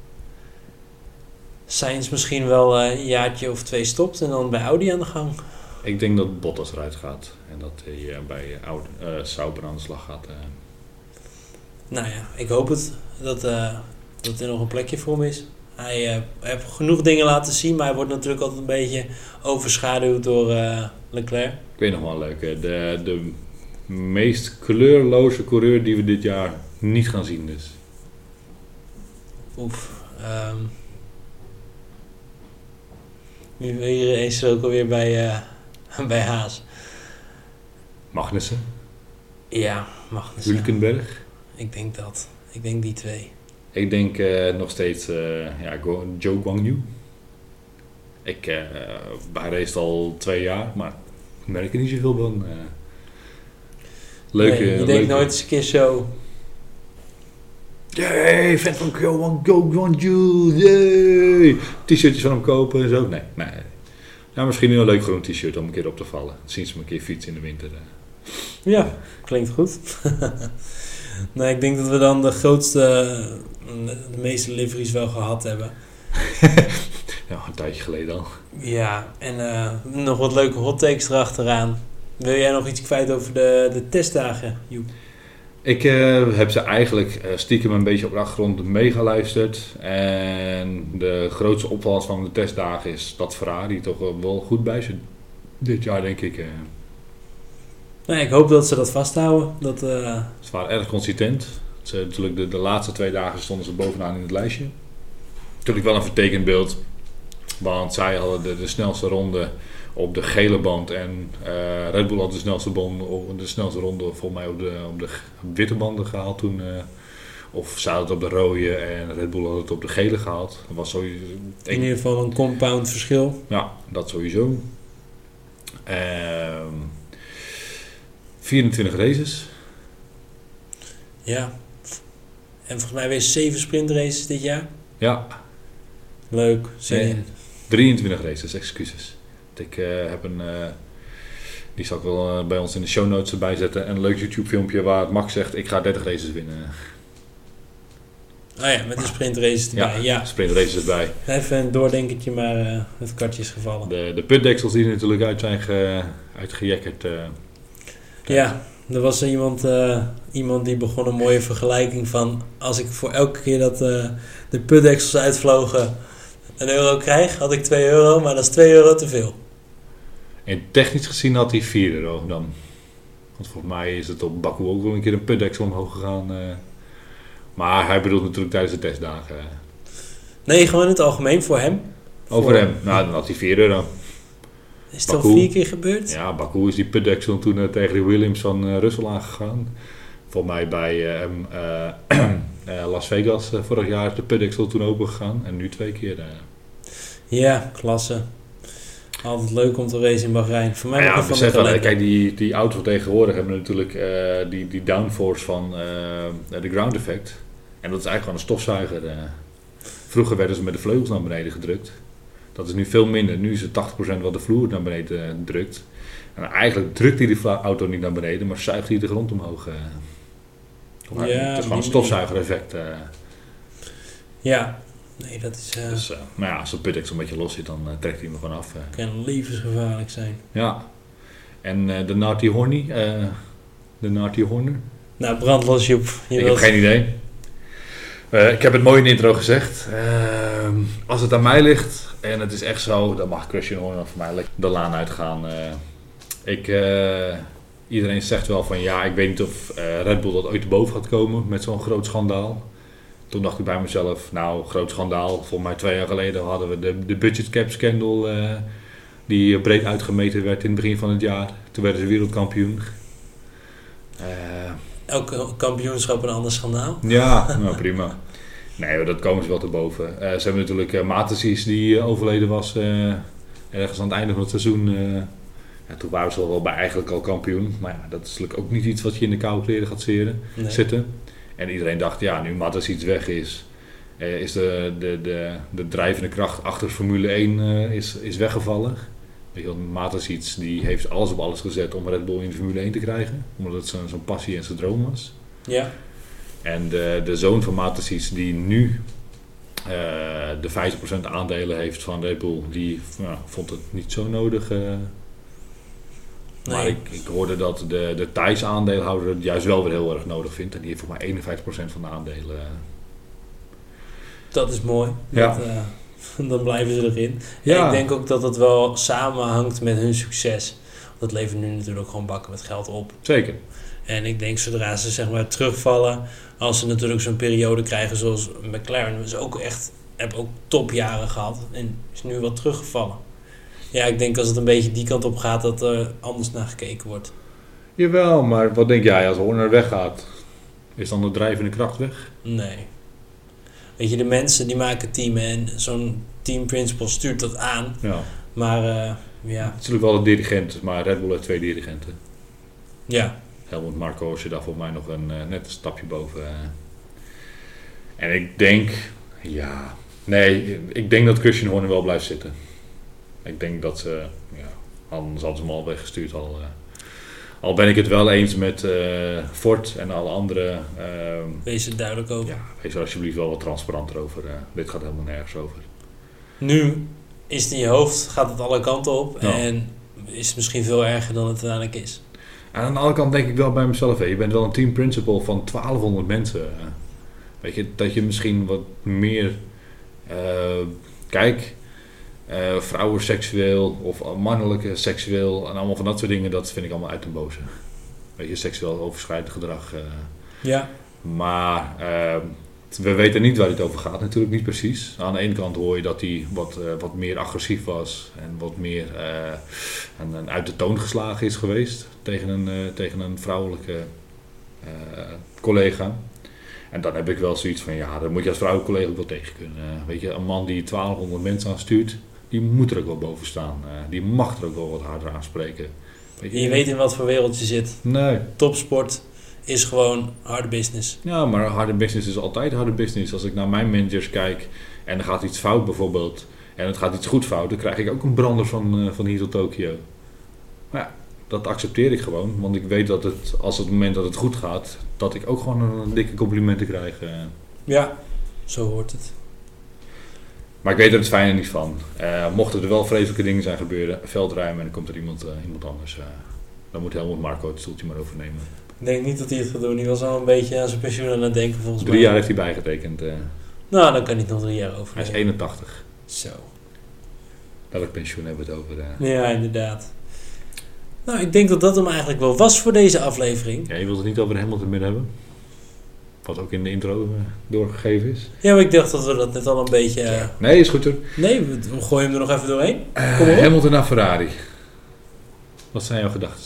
B: Sainz misschien wel uh, een jaartje of twee stopt en dan bij Audi aan de gang.
A: Ik denk dat Bottas eruit gaat en dat hij uh, bij Audi, uh, Sauber aan de slag gaat. Uh.
B: Nou ja, ik hoop het dat, uh, dat er nog een plekje voor hem is. Hij uh, heeft genoeg dingen laten zien, maar hij wordt natuurlijk altijd een beetje overschaduwd door uh, Leclerc.
A: Ik weet nog wel leuk, de, de meest kleurloze coureur die we dit jaar niet gaan zien dus.
B: Oef. Um, Hier is er ook alweer bij, uh, bij Haas.
A: Magnussen?
B: Ja, Magnussen.
A: Hulkenberg?
B: Ik denk dat. Ik denk die twee.
A: Ik denk uh, nog steeds uh, ja, Zhou Guanyu. Ik, uh, hij race al twee jaar, maar ik merk er niet zoveel van. Uh, leuke,
B: nee, je
A: leuke.
B: denkt nooit eens een keer zo...
A: Yay, fan van Zhou Guanyu, yay! T-shirtjes van hem kopen en zo. Nee, nee. Ja, misschien een leuk groen t-shirt om een keer op te vallen. Dan zien ze me een keer fietsen in de winter. Uh.
B: Ja, klinkt goed. Nee, ik denk dat we dan de grootste, de meeste liveries wel gehad hebben.
A: Ja, een tijdje geleden al.
B: Ja, en uh, nog wat leuke hot takes erachteraan. Wil jij nog iets kwijt over de, de testdagen, Joep?
A: Ik uh, heb ze eigenlijk uh, stiekem een beetje op de achtergrond meegeluisterd. En de grootste opvallers van de testdagen is dat Ferrari toch wel goed bij zit. Dit jaar denk ik. Uh.
B: Nou, ik hoop dat ze dat vasthouden. Dat, uh...
A: Ze waren erg consistent. Ze, natuurlijk de, de laatste twee dagen stonden ze bovenaan in het lijstje. Natuurlijk wel een vertekend beeld. Want zij hadden de, de snelste ronde op de gele band. En uh, Red Bull had de snelste, band, de snelste ronde volgens mij op de, op de witte banden gehaald toen. Uh, of ze hadden het op de rode en Red Bull had het op de gele gehaald. Dat was sowieso,
B: in ieder geval een compound verschil.
A: Ja, dat sowieso. Uh, vierentwintig races.
B: Ja. En volgens mij weer zeven sprintraces dit jaar.
A: Ja.
B: Leuk, zin in.
A: drieëntwintig races, excuses. Ik uh, heb een, uh, die zal ik wel uh, bij ons in de show notes erbij zetten. Een leuk YouTube filmpje waar Max zegt, ik ga dertig races winnen.
B: Oh ja, met de sprintraces erbij. Ja,
A: ja. sprintraces erbij.
B: Even een doordenkertje, maar uh, het kwartje is gevallen.
A: De, de putdeksels die er natuurlijk uit zijn ge, uitgejekkerd. Uh,
B: ja, er was iemand, uh, iemand die begon een mooie vergelijking van, als ik voor elke keer dat uh, de putdeksels uitvlogen een euro krijg, had ik twee euro, maar dat is twee euro te veel.
A: En technisch gezien had hij vier euro dan. Want volgens mij is het op Baku ook wel een keer een putdeksel omhoog gegaan. Uh, maar hij bedoelt natuurlijk tijdens de testdagen. Uh.
B: Nee, gewoon in het algemeen voor hem.
A: Over
B: voor
A: hem? Nou, dan had hij vier euro.
B: Is het al vier keer gebeurd?
A: Ja, Baku is die putdeksel toen uh, tegen de Williams van uh, Russell aangegaan. Volgens mij bij uh, uh, uh, Las Vegas uh, vorig jaar is de putdeksel toen open gegaan. En nu twee keer. Uh.
B: Ja, klasse. Altijd leuk om te racen in Bahrein. Voor mij
A: ja,
B: ja,
A: besef wel, kijk, die, die auto's van tegenwoordig hebben natuurlijk uh, die, die downforce van uh, de ground effect. En dat is eigenlijk gewoon een stofzuiger. Uh. Vroeger werden ze met de vleugels naar beneden gedrukt. Dat is nu veel minder. Nu is het tachtig procent wat de vloer naar beneden uh, drukt. En eigenlijk drukt hij die auto niet naar beneden, maar zuigt hij de grond omhoog. Uh. Ja, het is gewoon een stofzuiger effect. Uh.
B: Ja. Nee, dat is... Uh,
A: dus, uh, maar ja, als de putdeksel een beetje los zit, dan uh, trekt hij hem er vanaf. Uh.
B: Kan levensgevaarlijk zijn.
A: Ja. En uh, de Naughty Horny, uh, de Naughty Horner.
B: Nou, brandlos Joep. Je
A: ik
B: wilt...
A: heb geen idee. Uh, ik heb het mooi in de intro gezegd. Uh, als het aan mij ligt, en het is echt zo, dan mag Christian Horner voor mij lekker de laan uitgaan. Uh, ik, uh, iedereen zegt wel van ja, ik weet niet of uh, Red Bull dat ooit te boven gaat komen met zo'n groot schandaal. Toen dacht ik bij mezelf, nou, groot schandaal. Volgens mij twee jaar geleden hadden we de, de budget cap scandal uh, die breed uitgemeten werd in het begin van het jaar. Toen werden ze wereldkampioen.
B: Uh, Elke kampioenschap een ander schandaal?
A: Ja, nou prima. Nee, dat komen ze wel te boven. Uh, ze hebben natuurlijk uh, Matesis die uh, overleden was uh, ergens aan het einde van het seizoen. Uh, ja, toen waren ze wel bij eigenlijk al kampioen. Maar ja, dat is natuurlijk ook niet iets wat je in de koude kleren gaat zeren, nee. zitten. En iedereen dacht, ja, nu Mattis iets weg is, uh, is de, de, de, de drijvende kracht achter Formule één uh, is, is weggevallen. Weet je wel, Mattis iets, die heeft alles op alles gezet om Red Bull in de Formule één te krijgen. Omdat het zo'n, zo'n passie en zijn droom was.
B: Ja.
A: En de, de zoon van Mattis, die nu uh, de vijftig procent aandelen heeft van Red Bull, die nou, vond het niet zo nodig. Uh, nee. Maar ik, ik hoorde dat de, de Thais aandeelhouder het juist wel weer heel erg nodig vindt. En die heeft voor mij eenenvijftig procent van de aandelen. Uh.
B: Dat is mooi.
A: Ja.
B: Dat, uh, dan blijven ze erin. Ja. Ik denk ook dat het wel samenhangt met hun succes. Dat levert nu natuurlijk ook gewoon bakken met geld op.
A: Zeker.
B: En ik denk zodra ze zeg maar terugvallen, als ze natuurlijk zo'n periode krijgen zoals McLaren, is ook echt, heb ook topjaren gehad en is nu wat teruggevallen. Ja, ik denk als het een beetje die kant op gaat, dat er anders naar gekeken wordt.
A: Jawel, maar wat denk jij als Horner weggaat? Is dan de drijvende kracht weg?
B: Nee. Weet je, de mensen die maken teamen en zo'n team principal stuurt dat aan.
A: Ja.
B: Maar uh, ja.
A: Het is natuurlijk wel een dirigent, maar Red Bull heeft twee dirigenten.
B: Ja.
A: Helmut Marko is daar voor mij nog een uh, net een stapje boven. Uh. En ik denk, ja, nee, ik denk dat Christian Horner wel blijft zitten. Ik denk dat ze, ja, anders hadden ze hem al weggestuurd al, uh, Al ben ik het wel eens met uh, Ford en alle andere. Uh,
B: wees er duidelijk over.
A: Ja, wees er alsjeblieft wel wat transparanter over. Uh, dit gaat helemaal nergens over.
B: Nu is het in je hoofd, gaat het alle kanten op.
A: Ja.
B: En is het misschien veel erger dan het uiteindelijk is.
A: En aan de andere kant denk ik wel bij mezelf, hé, je bent wel een team principal van twaalfhonderd mensen. Uh, weet je, dat je misschien wat meer... Uh, kijk, uh, vrouwen seksueel of mannelijke seksueel en allemaal van dat soort dingen, dat vind ik allemaal uit den boze. Weet je, seksueel overschrijdend gedrag. Uh,
B: ja.
A: Maar uh, we weten niet waar dit over gaat, natuurlijk niet precies. Aan de ene kant hoor je dat hij wat, uh, wat meer agressief was en wat meer uh, en, en uit de toon geslagen is geweest tegen een, uh, tegen een vrouwelijke uh, collega. En dan heb ik wel zoiets van, ja, daar moet je als vrouwelijke collega ook wel tegen kunnen. Uh, weet je, een man die twaalfhonderd mensen aanstuurt, die moet er ook wel boven staan. Uh, die mag er ook wel wat harder aanspreken.
B: Weet je, je weet in wat voor wereld je zit.
A: Nee.
B: Topsport is gewoon harde business.
A: Ja, maar harde business is altijd harde business. Als ik naar mijn managers kijk en er gaat iets fout bijvoorbeeld, en het gaat iets goed fout, dan krijg ik ook een brander van, uh, van hier tot Tokio. Maar ja, dat accepteer ik gewoon, want ik weet dat het, als het moment dat het goed gaat, dat ik ook gewoon een, een dikke complimenten krijg. Uh.
B: Ja, zo hoort het.
A: Maar ik weet er het fijne niet van. Uh, mochten er wel vreselijke dingen zijn gebeuren, veldruimen en dan komt er iemand, uh, iemand anders. Uh, dan moet Helmut Marko het stoeltje maar overnemen.
B: Ik denk niet dat hij het gaat doen. Hij was al een beetje aan zijn pensioen aan het denken volgens mij.
A: Drie jaar heeft hij bijgetekend. Uh.
B: Nou, dan kan hij het nog drie jaar over.
A: Hij is eenentachtig.
B: Zo.
A: Welk pensioen hebben we het over? Uh.
B: Ja, inderdaad. Nou, ik denk dat dat hem eigenlijk wel was voor deze aflevering.
A: Ja, je wilt het niet over Hamilton meer hebben? Wat ook in de intro uh, doorgegeven is.
B: Ja, maar ik dacht dat we dat net al een beetje... Uh...
A: Nee, is goed hoor.
B: Nee, we, we gooien hem er nog even doorheen.
A: Uh, Hamilton naar Ferrari. Wat zijn jouw gedachten?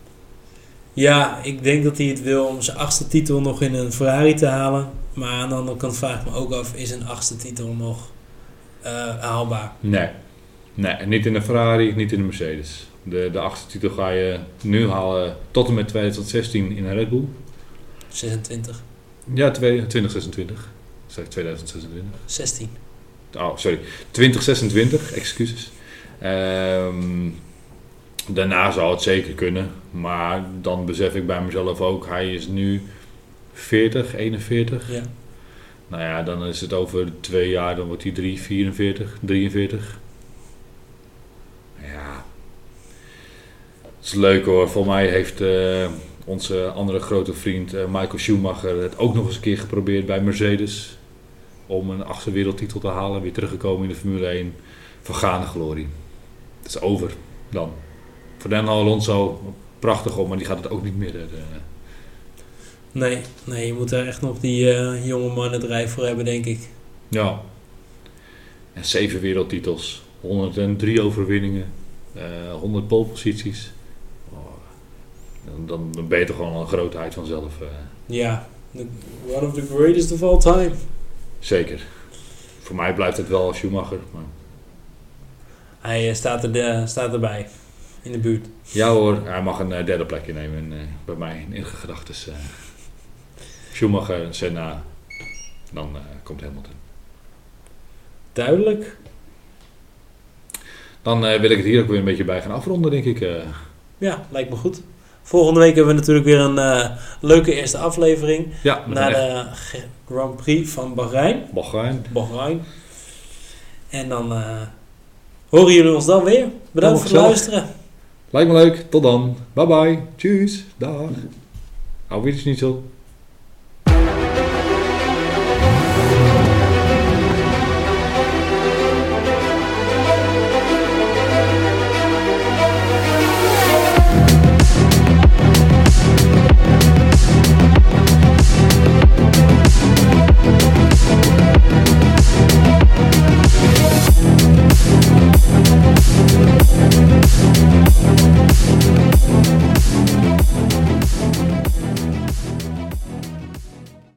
B: Ja, ik denk dat hij het wil om zijn achtste titel nog in een Ferrari te halen. Maar aan de andere kant vraag ik me ook af, is een achtste titel nog uh, haalbaar?
A: Nee. Nee, niet in de Ferrari, niet in de Mercedes. De, de achtste titel ga je nu halen tot en met twintig zestien in een Red Bull.
B: zesentwintig.
A: Ja, twintig zesentwintig. Zeg twintig zesentwintig.
B: zestien.
A: Oh, sorry. twintig zesentwintig, excuses. Um, daarna zou het zeker kunnen. Maar dan besef ik bij mezelf ook, hij is nu veertig, eenenveertig.
B: Ja.
A: Nou ja, dan is het over twee jaar, dan wordt hij drie, vierenveertig, drieënveertig. Ja. Het is leuk hoor. Voor mij heeft uh, onze andere grote vriend uh, Michael Schumacher het ook nog eens een keer geprobeerd bij Mercedes. Om een achtste wereldtitel te halen. Weer teruggekomen in de Formule één. Vergane glorie. Het is over dan. Fernando Alonso, prachtig op, maar die gaat het ook niet meer redden.
B: Nee, nee, je moet daar echt nog die uh, jonge mannen drijf voor hebben, denk ik.
A: Ja. En zeven wereldtitels. honderddrie overwinningen. Uh, honderd poleposities. Oh, dan, dan ben je toch gewoon een grootheid vanzelf. Uh.
B: Ja, the, one of the greatest of all time.
A: Zeker. Voor mij blijft het wel Schumacher. Maar...
B: Hij uh, staat, er de, staat erbij. In de buurt.
A: Ja hoor, hij mag een uh, derde plekje nemen uh, bij mij in gedachten. Uh, Schumacher, Senna, dan uh, komt Hamilton.
B: Duidelijk.
A: Dan uh, wil ik het hier ook weer een beetje bij gaan afronden, denk ik. Uh.
B: Ja, lijkt me goed. Volgende week hebben we natuurlijk weer een uh, leuke eerste aflevering.
A: Ja,
B: naar de echt... Grand Prix van Bahrein.
A: Bahrein.
B: Bahrein. En dan uh, horen jullie ons dan weer. Bedankt oh, voor het luisteren.
A: Lijkt me leuk. Tot dan. Bye bye. Tjus. Dag. Hou weer eens niet zo.